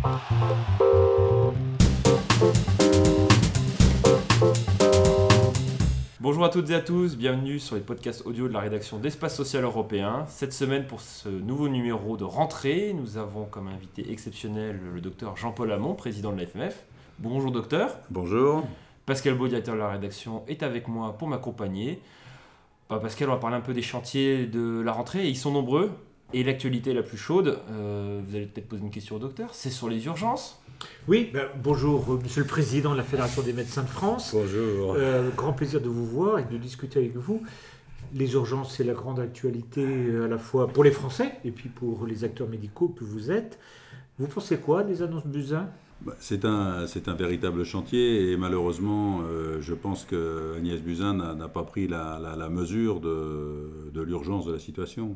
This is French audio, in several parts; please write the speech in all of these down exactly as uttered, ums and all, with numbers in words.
Bonjour à toutes et à tous, bienvenue sur les podcasts audio de la rédaction d'Espace Social Européen. Cette semaine, pour ce nouveau numéro de rentrée, nous avons comme invité exceptionnel le docteur Jean-Paul Hamon, président de la F M F. Bonjour docteur. Bonjour. Pascal Beau, directeur de la rédaction, est avec moi pour m'accompagner. Bah, Pascal, on va parler un peu des chantiers de la rentrée, et ils sont nombreux. Et l'actualité la plus chaude, euh, vous allez peut-être poser une question au docteur, c'est sur les urgences. Oui, ben, bonjour euh, Monsieur le Président de la Fédération des médecins de France. Bonjour. Euh, grand plaisir de vous voir et de discuter avec vous. Les urgences, c'est la grande actualité euh, à la fois pour les Français et puis pour les acteurs médicaux que vous êtes. Vous pensez quoi des annonces Buzyn ? Bah, c'est un, c'est un véritable chantier et malheureusement, euh, je pense que Agnès Buzyn n'a, n'a pas pris la, la, la mesure de, de l'urgence de la situation.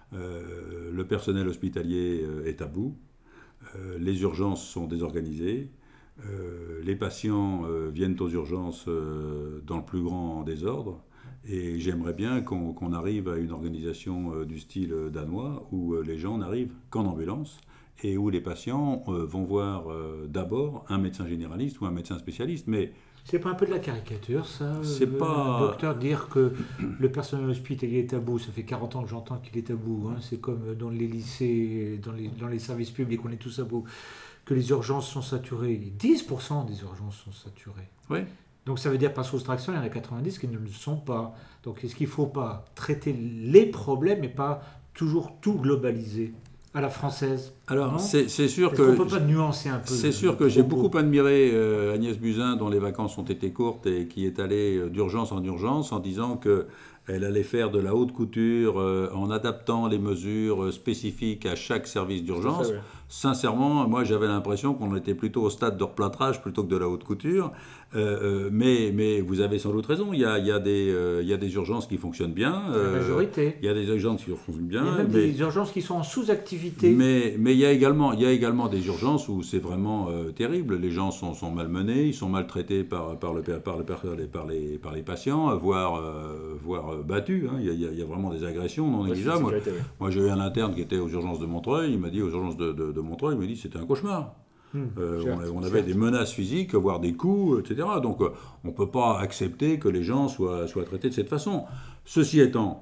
Euh, le personnel hospitalier est à bout, euh, les urgences sont désorganisées, euh, les patients euh, viennent aux urgences euh, dans le plus grand désordre et j'aimerais bien qu'on, qu'on arrive à une organisation euh, du style danois où euh, les gens n'arrivent qu'en ambulance et où les patients euh, vont voir euh, d'abord un médecin généraliste ou un médecin spécialiste. Mais c'est pas un peu de la caricature, ça, c'est euh, pas... docteur, dire que le personnel hospitalier est à bout. Ça fait quarante ans que j'entends qu'il est à bout. Hein. C'est comme dans les lycées, dans les, dans les services publics, on est tous à bout. Que les urgences sont saturées. dix pour cent des urgences sont saturées. Oui. Donc ça veut dire par soustraction, il y en a quatre-vingt-dix qui ne le sont pas. Donc est-ce qu'il ne faut pas traiter les problèmes et pas toujours tout globaliser à la française? Alors, c'est, c'est sûr Est-ce que... qu'on ne peut pas nuancer un peu? C'est sûr que j'ai beaucoup admiré euh, Agnès Buzyn, dont les vacances ont été courtes et qui est allée d'urgence en urgence en disant qu'elle allait faire de la haute couture euh, en adaptant les mesures spécifiques à chaque service d'urgence. Ça, ouais. Sincèrement, moi j'avais l'impression qu'on était plutôt au stade de replâtrage plutôt que de la haute couture. Euh, mais, mais vous avez sans doute raison, il y a, il y a, des, euh, il y a des urgences qui fonctionnent bien. Euh, la majorité. Il y a des urgences qui fonctionnent bien. Il y a même mais, des urgences qui sont en sous-activité. Mais, mais il, y a également, il y a également des urgences où c'est vraiment euh, terrible. Les gens sont, sont malmenés, ils sont maltraités par, par, le, par, le, par, les, par, les, par les patients, voire, euh, voire battus. Hein. Il, y a, il y a vraiment des agressions non négligeables. Moi, moi j'ai eu un interne qui était aux urgences de Montreuil, il m'a dit aux urgences de, de, de Montreuil, il m'a dit que c'était un cauchemar. Mmh, euh, certes, on, on avait certes. des menaces physiques, voire des coups, et cetera. Donc euh, on ne peut pas accepter que les gens soient, soient traités de cette façon. Ceci étant,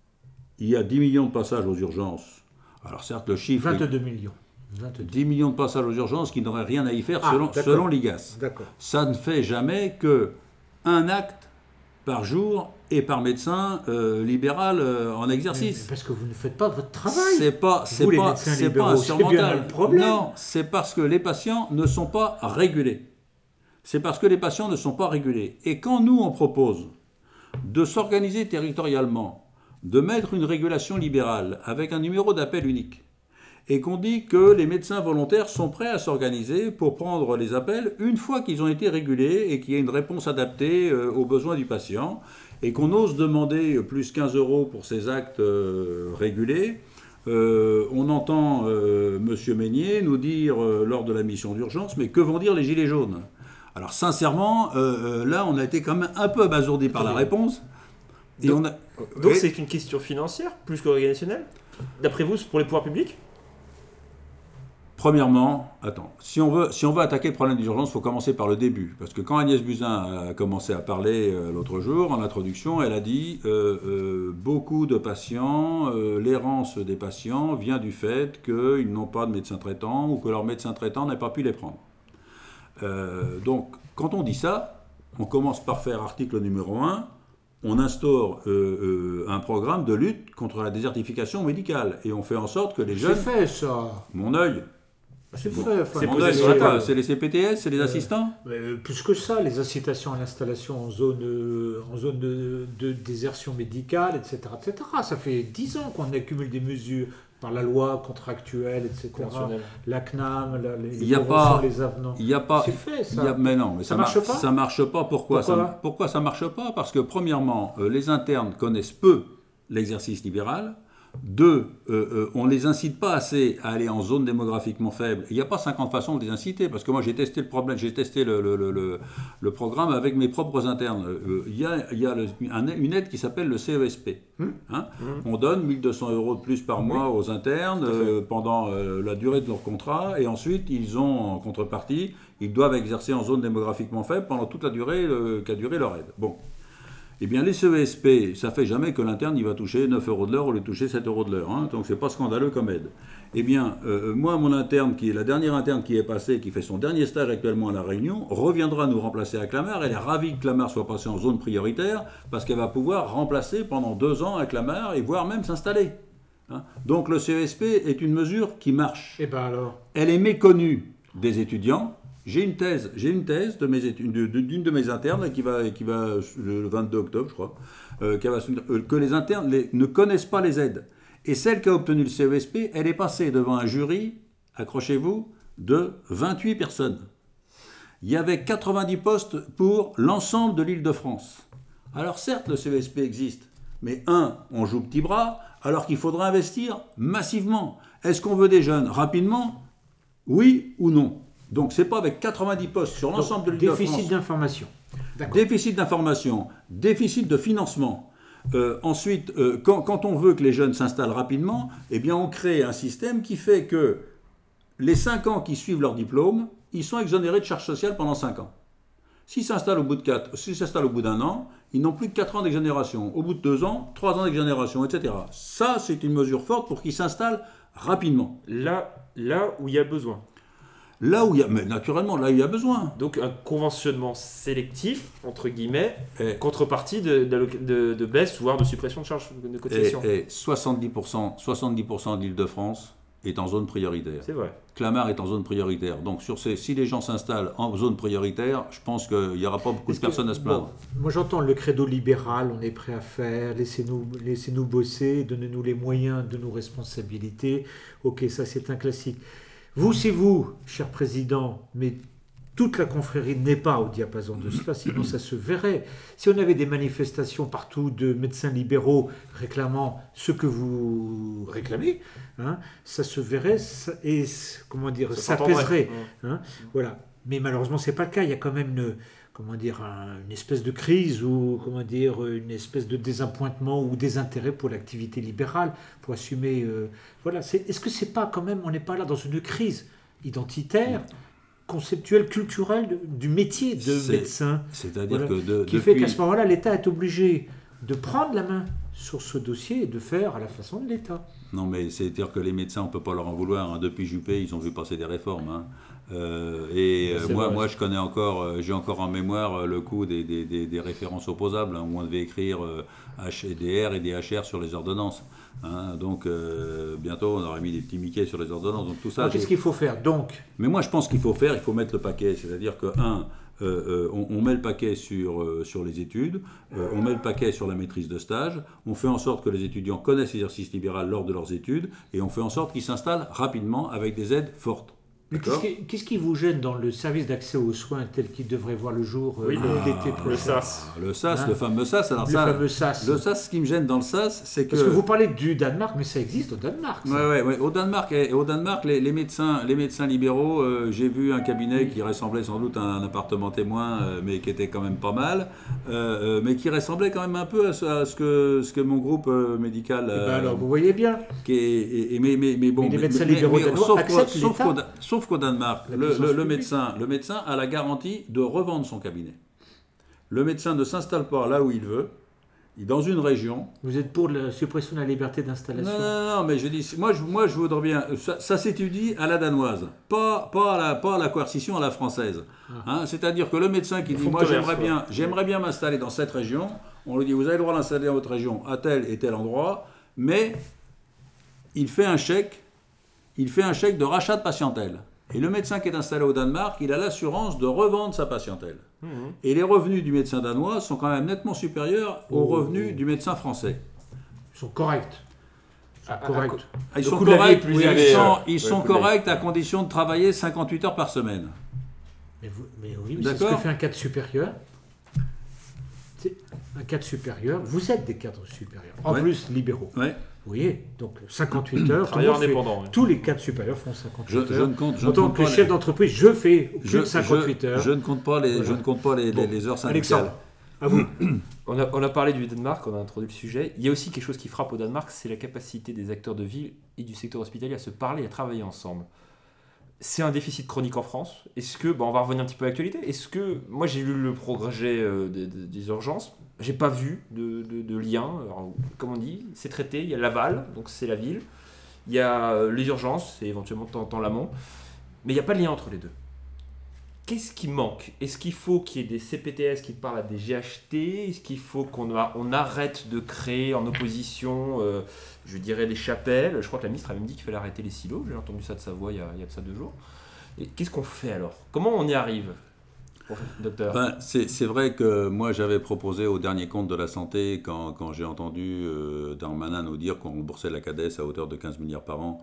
il y a dix millions de passages aux urgences. Alors certes, le chiffre... vingt-deux millions. vingt-deux. dix millions de passages aux urgences qui n'auraient rien à y faire ah, selon, selon l'I G A S. D'accord. Ça ne fait jamais qu'un acte par jour et par médecin euh, libéral euh, en exercice. Mais parce que vous ne faites pas votre travail. C'est pas, c'est vous, pas, c'est pas insurmontable. Non, c'est parce que les patients ne sont pas régulés. C'est parce que les patients ne sont pas régulés. Et quand nous on propose de s'organiser territorialement, de mettre une régulation libérale avec un numéro d'appel unique, et qu'on dit que les médecins volontaires sont prêts à s'organiser pour prendre les appels une fois qu'ils ont été régulés et qu'il y a une réponse adaptée euh, aux besoins du patient, et qu'on ose demander plus quinze euros pour ces actes euh, régulés. Euh, on entend euh, M. Meignet nous dire euh, lors de la mission d'urgence, mais que vont dire les gilets jaunes? Alors sincèrement, euh, là on a été quand même un peu abasourdi par la réponse. Et donc, on a... donc et... c'est une question financière plus qu'organisationnelle, d'après vous, pour les pouvoirs publics? Premièrement, attends, si on veut, si on veut attaquer le problème des urgences, il faut commencer par le début. Parce que quand Agnès Buzyn a commencé à parler euh, l'autre jour, en introduction, elle a dit euh, euh, beaucoup de patients, euh, l'errance des patients vient du fait qu'ils n'ont pas de médecin traitant ou que leur médecin traitant n'a pas pu les prendre. Euh, donc, quand on dit ça, on commence par faire article numéro un, on instaure euh, euh, un programme de lutte contre la désertification médicale. Et on fait en sorte que les jeunes... C'est fait, ça. Mon œil. C'est fait. Enfin, c'est, posé sur la table. C'est les C P T S, c'est les euh, assistants mais plus que ça, les incitations à l'installation en zone, euh, en zone de, de désertion médicale, et cetera, et cetera. Ça fait dix ans qu'on accumule des mesures par la loi contractuelle, et cetera. La C N A M, la, les, les conventions, les avenants. Il y a pas. C'est fait, ça. Y a, mais non, mais ça, ça marche mar- pas. Ça marche pas. Pourquoi, pourquoi ça, pourquoi ça marche pas? Parce que premièrement, euh, les internes connaissent peu l'exercice libéral. Deux, euh, euh, on ne les incite pas assez à aller en zone démographiquement faible. Il n'y a pas cinquante façons de les inciter, parce que moi j'ai testé le problème, j'ai testé le, le, le, le, le programme avec mes propres internes. Euh, il y a, il y a le, un, une aide qui s'appelle le C E S P. Hein mmh. On donne mille deux cents euros de plus par mois oui. aux internes euh, pendant euh, la durée de leur contrat, et ensuite ils ont en contrepartie, ils doivent exercer en zone démographiquement faible pendant toute la durée euh, qu'a duré leur aide. Bon. Eh bien, les C E S P, ça fait jamais que l'interne il va toucher neuf euros de l'heure au lieu de toucher sept euros de l'heure. Hein, donc, c'est pas scandaleux comme aide. Eh bien, euh, moi, mon interne, qui est la dernière interne qui est passée, qui fait son dernier stage actuellement à La Réunion, reviendra nous remplacer à Clamart. Elle est ravie que Clamart soit passée en zone prioritaire parce qu'elle va pouvoir remplacer pendant deux ans à Clamart et voire même s'installer. Hein. Donc, le C E S P est une mesure qui marche. Eh ben alors ? Elle est méconnue des étudiants. J'ai une thèse, j'ai une thèse de mes études, d'une de mes internes qui va, qui va le vingt-deux octobre, je crois, euh, qui va, euh, que les internes les, ne connaissent pas les aides. Et celle qui a obtenu le C E S P, elle est passée devant un jury, accrochez-vous, de vingt-huit personnes. Il y avait quatre-vingt-dix postes pour l'ensemble de l'Île-de-France. Alors certes, le C E S P existe, mais un, on joue petit bras, alors qu'il faudra investir massivement. Est-ce qu'on veut des jeunes rapidement? Oui ou non? Donc, ce n'est pas avec quatre-vingt-dix postes sur l'ensemble de l'Île-de-France. Déficit d'information. Déficit d'information, déficit de financement. Euh, ensuite, euh, quand, quand on veut que les jeunes s'installent rapidement, eh bien, on crée un système qui fait que les cinq ans qui suivent leur diplôme, ils sont exonérés de charges sociales pendant cinq ans. S'ils s'installent au bout de quatre, s'ils s'installent au bout d'un an, ils n'ont plus que quatre ans d'exonération. Au bout de deux ans, trois ans d'exonération, et cetera. Ça, c'est une mesure forte pour qu'ils s'installent rapidement. Là, là où il y a besoin. Là où il y a, mais naturellement, là où il y a besoin. Donc un conventionnement sélectif, entre guillemets, et contrepartie de, de, de, de baisse, voire de suppression de charges de cotisation. Et, et soixante-dix pour cent, soixante-dix pour cent de l'Île-de-France est en zone prioritaire. C'est vrai. Clamart est en zone prioritaire. Donc sur ces, si les gens s'installent en zone prioritaire, je pense qu'il n'y aura pas beaucoup Est-ce de personnes que, à se plaindre. Bon, moi j'entends le credo libéral, on est prêt à faire, laissez-nous, laissez-nous bosser, donnez-nous les moyens de nos responsabilités. Ok, ça c'est un classique. Vous, c'est vous, cher président, mais toute la confrérie n'est pas au diapason de cela, sinon ça se verrait. Si on avait des manifestations partout de médecins libéraux réclamant ce que vous réclamez, hein, ça se verrait et comment dire, ça s'apaiserait. Hein, voilà. Mais malheureusement, c'est pas le cas. Il y a quand même une, comment dire, un, une espèce de crise ou comment dire, une espèce de désappointement ou désintérêt pour l'activité libérale, pour assumer. Euh, voilà. C'est, est-ce que c'est pas quand même, on n'est pas là dans une crise identitaire, conceptuelle, culturelle de, du métier de c'est, médecin, c'est-à-dire voilà, que de, qui depuis... fait qu'à ce moment-là, l'État est obligé de prendre la main sur ce dossier et de faire à la façon de l'État. Non, mais c'est-à-dire que les médecins, on ne peut pas leur en vouloir. Hein. Depuis Juppé, ils ont vu passer des réformes. Hein. Euh, et euh, moi, moi, je connais encore, euh, j'ai encore en mémoire euh, le coup des, des, des, des références opposables, hein, où on devait écrire euh, H D R et des H R sur les ordonnances. Hein. Donc, euh, bientôt, on aurait mis des petits Mickey sur les ordonnances. Donc, tout ça. Alors, qu'est-ce qu'il faut faire donc? Mais moi, je pense qu'il faut faire, il faut mettre le paquet. C'est-à-dire que, un, Euh, euh, on, on met le paquet sur, euh, sur les études, euh, on met le paquet sur la maîtrise de stage, on fait en sorte que les étudiants connaissent l'exercice libéral lors de leurs études, et on fait en sorte qu'ils s'installent rapidement avec des aides fortes. Mais qu'est-ce qui, qu'est-ce qui vous gêne dans le service d'accès aux soins tel qu'il devrait voir le jour euh, oui, le, l'été prochain? Le S A S. Le S A S, hein? Le fameux S A S. Alors le ça, fameux S A S. Le S A S, ce qui me gêne dans le S A S, c'est que... Parce que vous parlez du Danemark, mais ça existe au Danemark. Oui, ouais, ouais. Au Danemark, et, au Danemark les, les, médecins, les médecins libéraux, euh, j'ai vu un cabinet qui ressemblait sans doute à un appartement témoin, euh, mais qui était quand même pas mal, euh, euh, mais qui ressemblait quand même un peu à ce, à ce, que, ce que mon groupe euh, médical... Euh, ben alors, vous voyez bien. Qui est, et, et, mais, mais, mais bon... Mais les médecins mais, libéraux mais, danois sauf, acceptent qu'au, sauf, qu'au, l'État. sauf qu'au Danemark, le, le, le, médecin, le médecin a la garantie de revendre son cabinet. Le médecin ne s'installe pas là où il veut, dans une région. Vous êtes pour la suppression de la liberté d'installation? Non, non, non, mais je dis, moi, je, moi, je voudrais bien. Ça, ça s'étudie à la danoise, pas, pas, à la, pas à la coercition à la française. Ah. Hein, c'est-à-dire que le médecin qui dit, moi, j'aimerais bien, j'aimerais bien m'installer dans cette région, on lui dit, vous avez le droit d'installer dans votre région à tel et tel endroit, mais il fait un chèque, il fait un chèque de rachat de patientèle. Et le médecin qui est installé au Danemark, il a l'assurance de revendre sa patientèle. Mmh. Et les revenus du médecin danois sont quand même nettement supérieurs aux oh. revenus du médecin français. Ils sont corrects. Ils sont ah, corrects. Ah, ils sont corrects, oui, ils sont, ils sont corrects à condition de travailler cinquante-huit heures par semaine. Mais, vous, mais oui, mais c'est ce que fait un cadre supérieur. C'est un cadre supérieur. Vous êtes des cadres supérieurs. En ouais. plus, libéraux. Ouais. Vous voyez, donc cinquante-huit heures, tout le Travailleur monde fait- indépendant. ouais. tous les cadres supérieurs font cinquante-huit Je, heures. je ne compte, je En ne tant compte que pas chef les- d'entreprise, je fais plus je, de cinquante-huit je- heures. je ne compte pas les, Voilà. je ne compte pas les, les- Bon. les heures syndicales. Alexandre, à vous. On a, on a parlé du Danemark, on a introduit le sujet. Il y a aussi quelque chose qui frappe au Danemark, c'est la capacité des acteurs de ville et du secteur hospitalier à se parler et à travailler ensemble. C'est un déficit chronique en France. Est-ce que, bon, on va revenir un petit peu à l'actualité, est-ce que, moi j'ai lu le progrès euh, des, des- des urgences, j'ai pas vu de, de, de lien. Alors, comme on dit, c'est traité, il y a l'aval, donc c'est la ville, il y a euh, les urgences, et éventuellement de temps en temps l'amont, mais il n'y a pas de lien entre les deux. Qu'est-ce qui manque? Est-ce qu'il faut qu'il y ait des C P T S qui parlent à des G H T? Est-ce qu'il faut qu'on a- on arrête de créer en opposition, euh, je dirais, des chapelles? Je crois que la ministre a même dit qu'il fallait arrêter les silos. J'ai entendu ça de sa voix il y a, il y a de ça deux jours. Et qu'est-ce qu'on fait alors? Comment on y arrive, docteur? Ben, c'est c'est vrai que moi j'avais proposé au dernier compte de la santé, quand, quand j'ai entendu euh, Darmanin nous dire qu'on remboursait la CADES à hauteur de quinze milliards par an,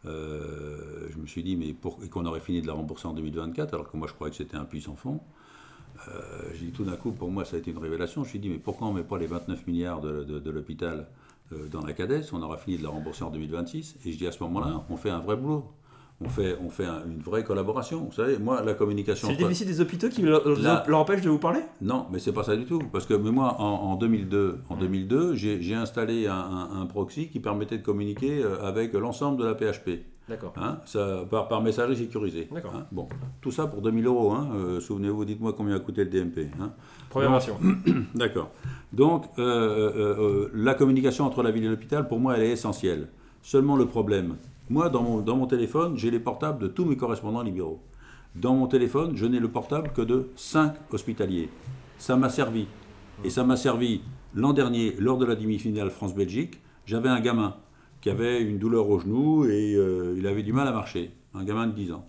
euh, je me suis dit, mais pour, et qu'on aurait fini de la rembourser en deux mille vingt-quatre, alors que moi je croyais que c'était un puits sans fond. Euh, j'ai dit tout d'un coup, pour moi ça a été une révélation, je me suis dit, mais pourquoi on ne met pas les vingt-neuf milliards de, de, de l'hôpital euh, dans la CADES? On aura fini de la rembourser en deux mille vingt-six, et je dis à ce moment-là, on fait un vrai boulot. On fait, on fait un- une vraie collaboration. Vous savez, moi, la communication... C'est le entre- déficit des hôpitaux qui leur, Là- leur empêche de vous parler? Non, mais c'est pas ça du tout. Parce que mais moi, en, en deux mille deux, en deux mille deux, j'ai j'ai installé un, un- un proxy qui permettait de communiquer euh, avec l'ensemble de la P H P, D'accord. hein, ça, par, par messagerie sécurisée. D'accord. Hein. Bon, tout ça pour deux mille euros. Hein. Euh, Souvenez-vous, dites-moi combien a coûté le D M P. Hein. Première Non. version. D'accord. Donc, euh, euh, euh, la communication entre la ville et l'hôpital, pour moi, elle est essentielle. Seulement le problème, moi, dans mon, dans mon téléphone, j'ai les portables de tous mes correspondants libéraux. Dans mon téléphone, je n'ai le portable que de cinq hospitaliers. Ça m'a servi. Et ça m'a servi l'an dernier, lors de la demi-finale France-Belgique. J'avais un gamin qui avait une douleur au genou et euh, il avait du mal à marcher. Un gamin de dix ans.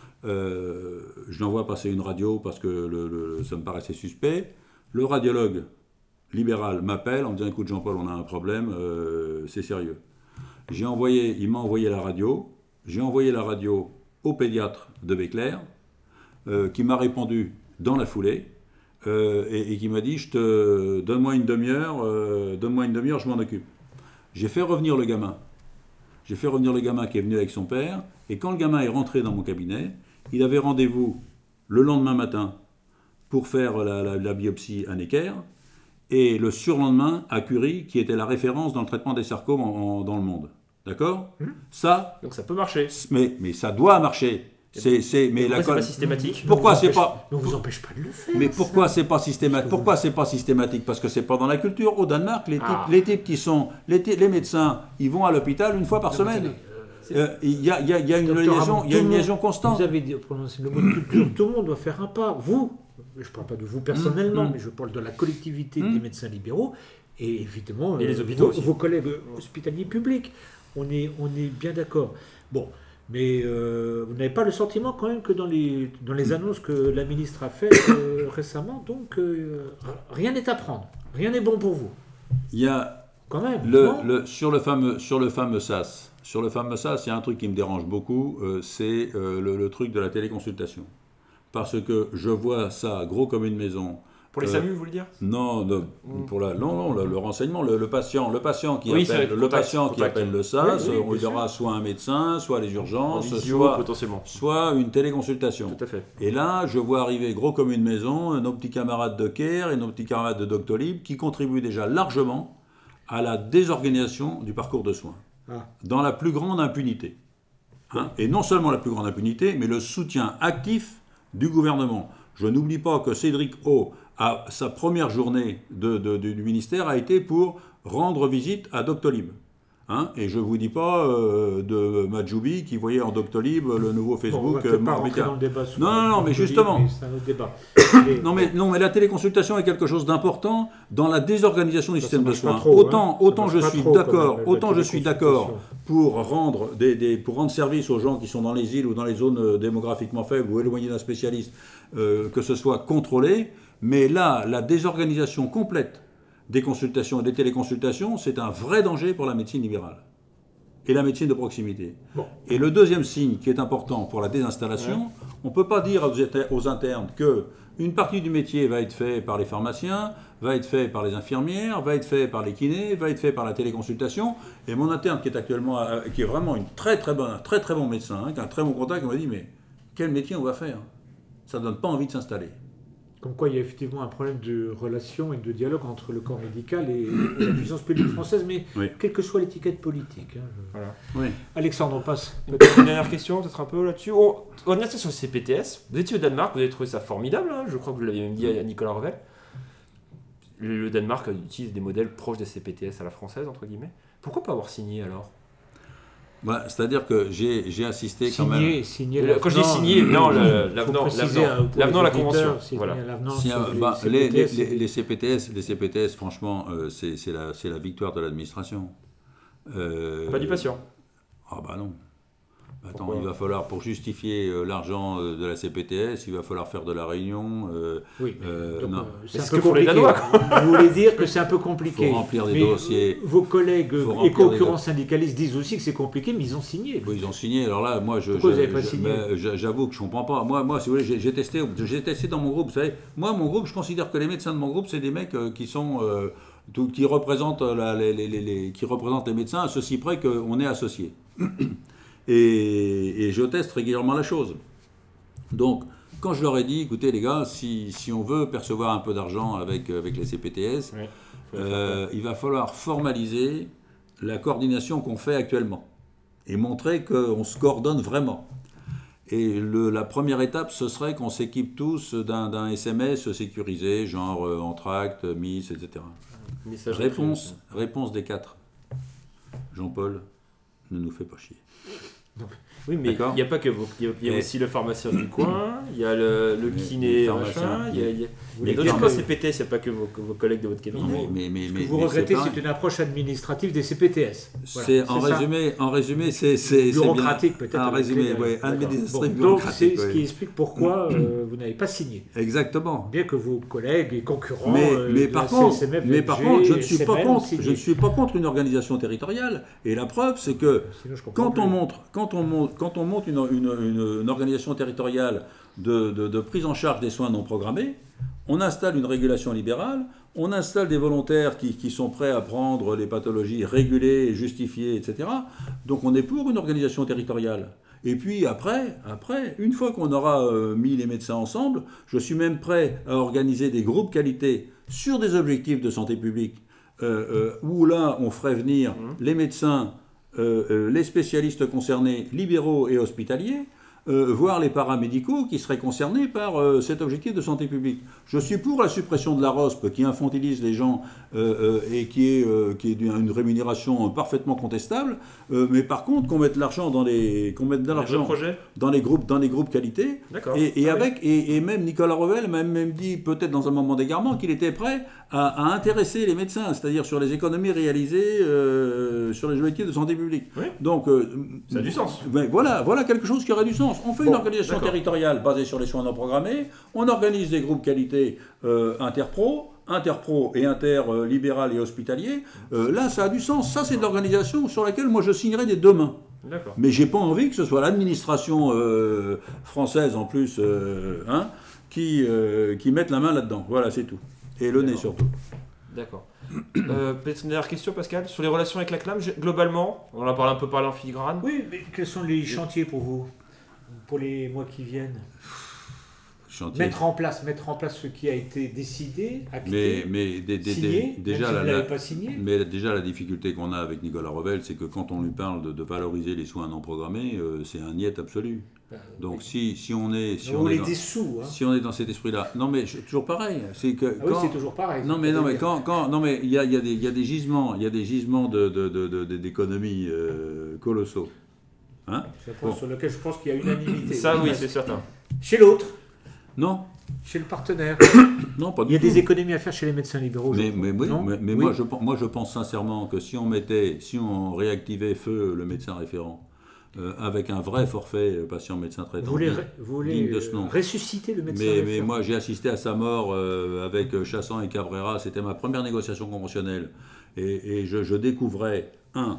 Euh, je l'envoie passer une radio parce que le, le- ça me paraissait suspect. Le radiologue libéral m'appelle en me disant, écoute Jean-Paul, on a un problème, euh, c'est sérieux. J'ai envoyé, il m'a envoyé la radio, j'ai envoyé la radio au pédiatre de Béclair, euh, qui m'a répondu dans la foulée, euh, et, et qui m'a dit, je te, donne-moi une demi-heure, euh, donne-moi une demi-heure, je m'en occupe. J'ai fait revenir le gamin. J'ai fait revenir le gamin qui est venu avec son père, et quand le gamin est rentré dans mon cabinet, il avait rendez-vous le lendemain matin pour faire la, la- la biopsie à Necker, et le surlendemain à Curie, qui était la référence dans le traitement des sarcomes en- en- dans le monde. D'accord? Ça, Donc ça peut marcher. mais, mais ça doit marcher. C'est, c'est, mais Pourquoi la c'est pas colle- systématique? Pourquoi Ne vous c'est empêche- pas- Ne vous empêche pas de le faire. Mais ça. pourquoi c'est pas systématique? Pourquoi c'est pas systématique? Parce que c'est pas dans la culture. Au Danemark, les types, Ah. les types qui sont, les, ty- les médecins, ils vont à l'hôpital une fois par Non, mais semaine. attendez, Euh, Il y, a, il y a- il y a une Docteur liaison, Hamon, il y a tout une le liaison monde- constante. Vous avez dit- prononcé le mot de culture, tout le monde doit faire un pas. Vous, je ne parle pas de vous personnellement, Mmh, mmh. mais je parle de la collectivité Mmh. des médecins libéraux et évidemment Et les euh, hôpitaux vos, aussi. vos collègues hospitaliers publics. On est, on est bien d'accord. Bon, mais euh, vous n'avez pas le sentiment quand même que dans les, dans les annonces que la ministre a faites euh, récemment, donc euh, rien n'est à prendre, rien n'est bon pour vous, Il y a quand même. le, non le- sur le fameux, sur le fameux S A S. Sur le fameux S A S, il y a un truc qui me dérange beaucoup, euh, c'est euh, le, le truc de la téléconsultation. Parce que je vois ça gros comme une maison. Pour les Euh, SAMU, vous voulez dire? Non, de- Mm. pour la, non, non, le, le renseignement, le, le patient, le patient qui Oui, c'est appelle, vrai, le contact, patient qui contact. appelle le S A S, Oui, oui, on bien il aura soit un médecin, soit les En urgences, visio, soit, potentiellement. soit une téléconsultation. Tout à fait. Et là, je vois arriver gros comme une maison nos petits camarades de Caire et nos petits camarades de Doctolib qui contribuent déjà largement à la désorganisation du parcours de soins, Ah. dans la plus grande impunité. Hein, et non seulement la plus grande impunité, mais le soutien actif du gouvernement. Je n'oublie pas que Cédric O, à sa première journée de, de- du ministère, a été pour rendre visite à Doctolib. Hein, et je ne vous dis pas euh, de Majoubi qui voyait en Doctolib le nouveau Bon, on va Facebook. peut-être euh, pas rentrer Marbella. dans le débat sur Non, non, non, mais le justement. livre, c'est un autre débat. Mais- Non mais, non, mais la téléconsultation est quelque chose d'important dans la désorganisation du Ça, ça système de marche pas soins. trop, autant hein. Ça autant marche je pas suis trop, quand d'accord, même, la autant je suis d'accord téléconsultation. pour rendre des, des- pour rendre service aux gens qui sont dans les îles ou dans les zones euh, démographiquement faibles ou éloignés d'un spécialiste, euh, que ce soit contrôlé. Mais là, la désorganisation complète des consultations et des téléconsultations, c'est un vrai danger pour la médecine libérale. et la médecine de proximité. Bon. Et le deuxième signe qui est important pour la désinstallation, ouais. on ne peut pas dire aux internes qu'une partie du métier va être faite par les pharmaciens, va être fait par les infirmières, va être fait par les kinés, va être fait par la téléconsultation. Et mon interne, qui est actuellement, qui est vraiment une très très bonne, un très très bon médecin, hein, qui a un très bon contact, m'a dit mais quel métier on va faire? Ça ne donne pas envie de s'installer. Comme quoi il y a effectivement un problème de relation et de dialogue entre le corps médical et, et la puissance publique française, mais oui. quelle que soit l'étiquette politique. Hein, je... voilà. oui. Alexandre, on passe. Une dernière question, peut-être un peu là-dessus. On, on est sur le C P T S. Vous étiez au Danemark, vous avez trouvé ça formidable, hein, je crois que vous l'aviez même dit à Nicolas Revel. Le Danemark utilise des modèles proches des C P T S à la française, entre guillemets. Pourquoi pas avoir signé alors? Bah, c'est-à-dire que j'ai, j'ai assisté signé, quand même... Signé le, quand j'ai signé, non, l'avenant à la convention. Voilà. Si, bah, les, les, les, les C P T S, les C P T S, franchement, euh, c'est, c'est, la, c'est la victoire de l'administration. Euh, pas du patient. Ah bah non. Attends, Pourquoi il va falloir, pour justifier euh, l'argent euh, de la C P T S, il va falloir faire de la réunion. Euh, oui, mais euh, donc, non. Euh, c'est un peu compliqué. Vous voulez dire que c'est un peu compliqué. Il faut remplir des mais dossiers. Vos collègues et concurrents syndicalistes disent aussi que c'est compliqué, mais ils ont signé. Oui, ils ont signé. Alors là, moi, je, Pourquoi je, vous n'avez pas je, signé je, j'avoue que je ne comprends pas. Moi, moi, si vous voulez, j'ai, j'ai, testé, j'ai testé dans mon groupe. Vous savez, moi, mon groupe, je considère que les médecins de mon groupe, c'est des mecs euh, qui sont... Euh, tout, qui, représentent la, les, les, les, les, qui représentent les médecins à ceci près qu'on est associés. Et, et je teste régulièrement la chose. Donc, quand je leur ai dit, écoutez les gars, si, si on veut percevoir un peu d'argent avec, avec les C P T S, oui, euh, il va falloir formaliser la coordination qu'on fait actuellement et montrer qu'on se coordonne vraiment. Et le, la première étape, ce serait qu'on s'équipe tous d'un, d'un S M S sécurisé, genre euh, Entracte, M I S, et cetera. Réponse, réponse des quatre. Jean-Paul, ne nous fais pas chier. Oui, mais il n'y a pas que vous. Il y a, y a aussi le pharmacien du coin, il y a le, le kiné, machin, il y a, y a, y a d'autres C P T S, il n'y a pas que vos, que vos collègues de votre cabinet. Non, mais, mais, Ce que mais, vous mais regrettez, c'est, c'est une approche administrative des C P T S. Voilà, c'est, en, résumé, en résumé, c'est... c'est bureaucratique, peut-être. En résumé, oui. Administratif, bon, donc, c'est ce qui explique pourquoi euh, vous n'avez pas signé. Exactement. Bien que vos collègues et concurrents mais, mais, euh, par, contre, C S M F, mais par contre, je ne suis pas contre, signé. je ne suis pas contre une organisation territoriale. Et la preuve, c'est que quand on montre, quand on monte, quand on monte une, une, une, une organisation territoriale de, de, de prise en charge des soins non programmés, on installe une régulation libérale, on installe des volontaires qui, qui sont prêts à prendre les pathologies régulées, justifiées, et cetera. Donc on est pour une organisation territoriale. Et puis après, après une fois qu'on aura euh, mis les médecins ensemble, je suis même prêt à organiser des groupes qualité sur des objectifs de santé publique, euh, euh, où là on ferait venir mmh. les médecins, euh, euh, les spécialistes concernés, libéraux et hospitaliers, Euh, voire les paramédicaux qui seraient concernés par euh, cet objectif de santé publique. Je suis pour la suppression de la R O S P qui infantilise les gens euh, euh, et qui est, euh, qui est d'une rémunération parfaitement contestable, euh, mais par contre qu'on mette l'argent dans les, qu'on mette de l'argent dans les groupes, dans les groupes qualité. D'accord. Et, et ah avec oui. et, et même Nicolas Revel m'a même dit peut-être dans un moment d'égarement qu'il était prêt à, à intéresser les médecins, c'est-à-dire sur les économies réalisées euh, sur les objectifs de santé publique. Oui. Donc euh, ça a du sens. Ben, voilà, voilà quelque chose qui aurait du sens. On fait bon, une organisation d'accord. territoriale basée sur les soins non programmés, on organise des groupes qualité euh, interpro, interpro et interlibéral et hospitalier. Euh, là, ça a du sens. Ça, c'est de l'organisation sur laquelle moi je signerai des deux mains. D'accord. Mais j'ai pas envie que ce soit l'administration euh, française en plus euh, hein, qui, euh, qui mette la main là-dedans. Voilà, c'est tout. Et le nez surtout. D'accord. Euh, peut-être une dernière question, Pascal, sur les relations avec la C L A M, globalement, on en a parlé un peu parlé en filigrane. Oui, mais quels sont les chantiers pour vous, pour les mois qui viennent? Chantier. Mettre en place, mettre en place ce qui a été décidé, acté, mais, mais des, des, signé, déjà, même si la, vous pas signé. Mais déjà la difficulté qu'on a avec Nicolas Revel, c'est que quand on lui parle de, de valoriser les soins non programmés, euh, c'est un niet absolu. Ben, Donc oui. si, si on est, si on est, dans, des sous, hein. si on est dans cet esprit-là, non mais je, toujours pareil, c'est que ah quand, oui, c'est toujours pareil. Non mais non mais quand, quand non mais il y a, y a des, il y a des gisements, il y a des gisements de, de, de, de, de d'économies euh, colossaux. Hein c'est un point bon. sur lequel je pense qu'il y a unanimité. Ça oui, c'est certain. Chez l'autre. Non. Chez le partenaire. Non, pas du Il y a tout. des économies à faire chez les médecins libéraux. Mais, mais, oui, mais, mais oui. moi, je, moi, je pense sincèrement que si on mettait, si on réactivait feu le médecin référent euh, avec un vrai forfait patient-médecin traitant, vous voulez, vous voulez digne de ce nom. ressusciter le médecin mais, référent. Mais moi, j'ai assisté à sa mort euh, avec Chassan et Cabrera. C'était ma première négociation conventionnelle, et, et je, je découvrais un.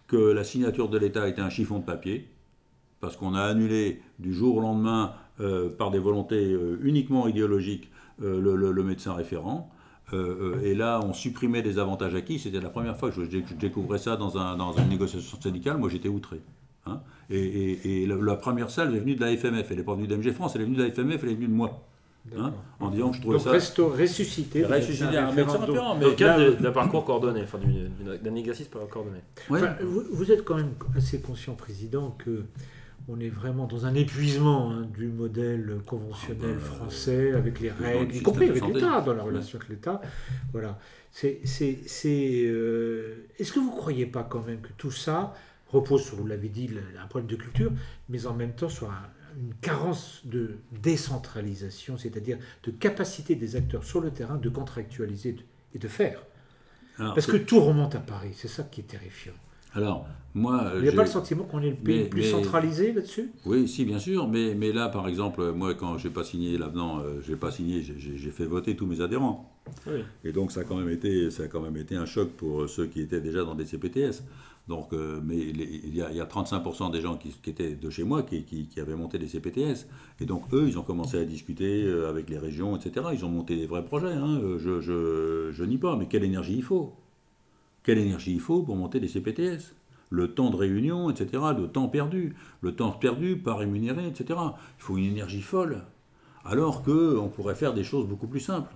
que la signature de l'État était un chiffon de papier, parce qu'on a annulé du jour au lendemain, euh, par des volontés euh, uniquement idéologiques, euh, le, le, le médecin référent. Euh, euh, et là, on supprimait des avantages acquis. C'était la première fois que je, je découvrais ça dans, un, dans une négociation syndicale. Moi, j'étais outré. Hein. Et, et, et la, la première salle est venue de la F M F. Elle n'est pas venue d'M G France, elle est venue de la F M F, elle est venue de moi. Hein, en disant que je trouvais Donc, ça... resto, ressusciter, ressusciter un médecin référent. Mais dans le cadre d'un parcours coordonné, enfin, d'un exercice coordonné. Ouais. Enfin, vous, vous êtes quand même assez conscient, Président, que on est vraiment dans un épuisement hein, du modèle conventionnel ah bah, français, avec les règles, y compris avec l'État, dans la relation avec l'État. Voilà. C'est, c'est, c'est, euh... Est-ce que vous ne croyez pas quand même que tout ça repose sur, vous l'avez dit, un problème de culture, mais en même temps sur un, une carence de décentralisation, c'est-à-dire de capacité des acteurs sur le terrain de contractualiser et de faire. Alors, Parce que tout remonte à Paris, c'est ça qui est terrifiant. Alors, moi... Il n'y a pas le sentiment qu'on est le pays mais, le plus mais, centralisé là-dessus ? Oui, si, bien sûr, mais, mais là, par exemple, moi, quand je n'ai pas signé l'avenant, euh, j'ai pas signé, j'ai, j'ai fait voter tous mes adhérents. Oui. Et donc, ça a, quand même été, ça a quand même été un choc pour ceux qui étaient déjà dans des C P T S. Donc, euh, mais les, il, y a, il y a trente-cinq pour cent des gens qui, qui étaient de chez moi qui, qui, qui avaient monté des C P T S. Et donc, eux, ils ont commencé à discuter euh, avec les régions, et cetera. Ils ont monté des vrais projets, hein. je, je, je nie pas, mais quelle énergie il faut ? Quelle énergie il faut pour monter des C P T S ? Le temps de réunion, et cetera, le temps perdu, le temps perdu, pas rémunéré, et cetera. Il faut une énergie folle, alors qu'on pourrait faire des choses beaucoup plus simples.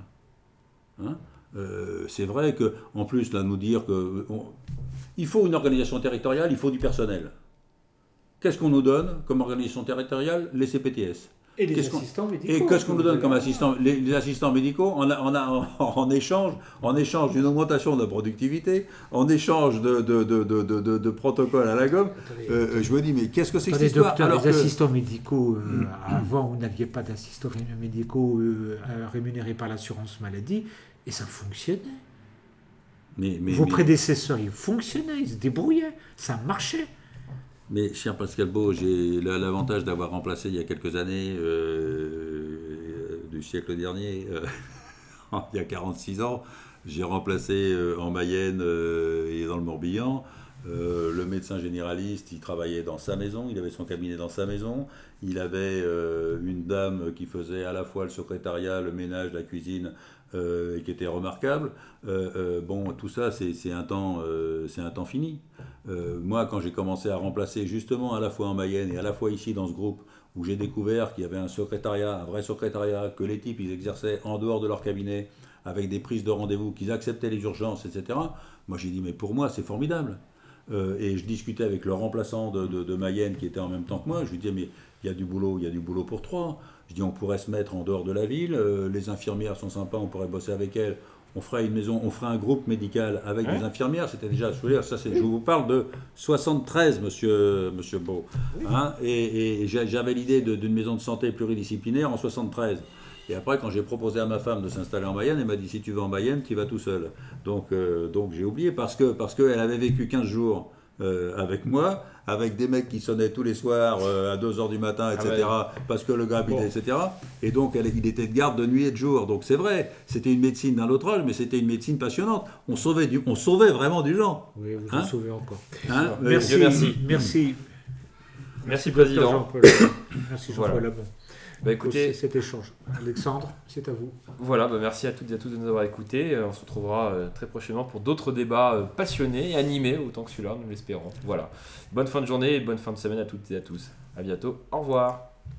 Hein euh, c'est vrai qu'en plus, là, nous dire que on, il faut une organisation territoriale, il faut du personnel. Qu'est-ce qu'on nous donne comme organisation territoriale ? Les C P T S. Et les qu'est-ce assistants médicaux. Et qu'est-ce qu'on nous donne comme assistants les, les assistants médicaux on a, on a, en, en échange, en échange d'une augmentation de la productivité, en échange de, de, de, de, de, de protocoles à la gomme, attendez, euh, attendez. Je me dis, mais qu'est-ce que c'est que cette histoire docteur, alors les que... assistants médicaux, euh, mmh. avant, vous n'aviez pas d'assistants médicaux euh, rémunérés par l'assurance maladie, et ça fonctionnait. Mais, mais, Vos mais... prédécesseurs, ils fonctionnaient, ils se débrouillaient, ça marchait. Mais, cher Pascal Beau, j'ai l'avantage d'avoir remplacé il y a quelques années, euh, du siècle dernier, euh, il y a quarante-six ans, j'ai remplacé euh, en Mayenne euh, et dans le Morbihan. Euh, le médecin généraliste, il travaillait dans sa maison, il avait son cabinet dans sa maison. Il avait euh, une dame qui faisait à la fois le secrétariat, le ménage, la cuisine, euh, et qui était remarquable. Euh, euh, bon, tout ça, c'est un temps, euh, c'est un temps fini. Euh, moi, quand j'ai commencé à remplacer justement à la fois en Mayenne et à la fois ici dans ce groupe, où j'ai découvert qu'il y avait un secrétariat, un vrai secrétariat, que les types, ils exerçaient en dehors de leur cabinet, avec des prises de rendez-vous, qu'ils acceptaient les urgences, et cetera. Moi, j'ai dit, mais pour moi, c'est formidable. Euh, et je discutais avec le remplaçant de, de, de Mayenne qui était en même temps que moi. Je lui disais, mais il y a du boulot, il y a du boulot pour trois. Je dis, on pourrait se mettre en dehors de la ville. Euh, les infirmières sont sympas, on pourrait bosser avec elles. On ferait une maison, on ferait un groupe médical avec ouais. des infirmières. C'était déjà, je veux dire, ça, c'est, je vous parle de soixante-treize, monsieur, monsieur Beau. Hein, et, et j'avais l'idée d'une maison de santé pluridisciplinaire en soixante-treize. Et après, quand j'ai proposé à ma femme de s'installer en Mayenne, elle m'a dit, si tu vas en Mayenne, tu vas tout seul. Donc, euh, donc j'ai oublié parce que parce qu'elle avait vécu quinze jours euh, avec moi, avec des mecs qui sonnaient tous les soirs euh, à deux heures du matin, et cetera, ah ouais. parce que le gars habitait, bon. et cetera. Et donc, elle, il était de garde de nuit et de jour. Donc, c'est vrai, c'était une médecine d'un autre âge, mais c'était une médecine passionnante. On sauvait, du, on sauvait vraiment du gens. Oui, vous hein en sauvez encore. Hein merci, merci. Merci, merci Président. Jean-Paul. Merci Jean-Paul voilà. Labon. Bah écoutez, cet échange. Alexandre, c'est à vous. Voilà, bah merci à toutes et à tous de nous avoir écoutés. On se retrouvera très prochainement pour d'autres débats passionnés et animés, autant que celui-là, nous l'espérons. Voilà. Bonne fin de journée et bonne fin de semaine à toutes et à tous. À bientôt. Au revoir.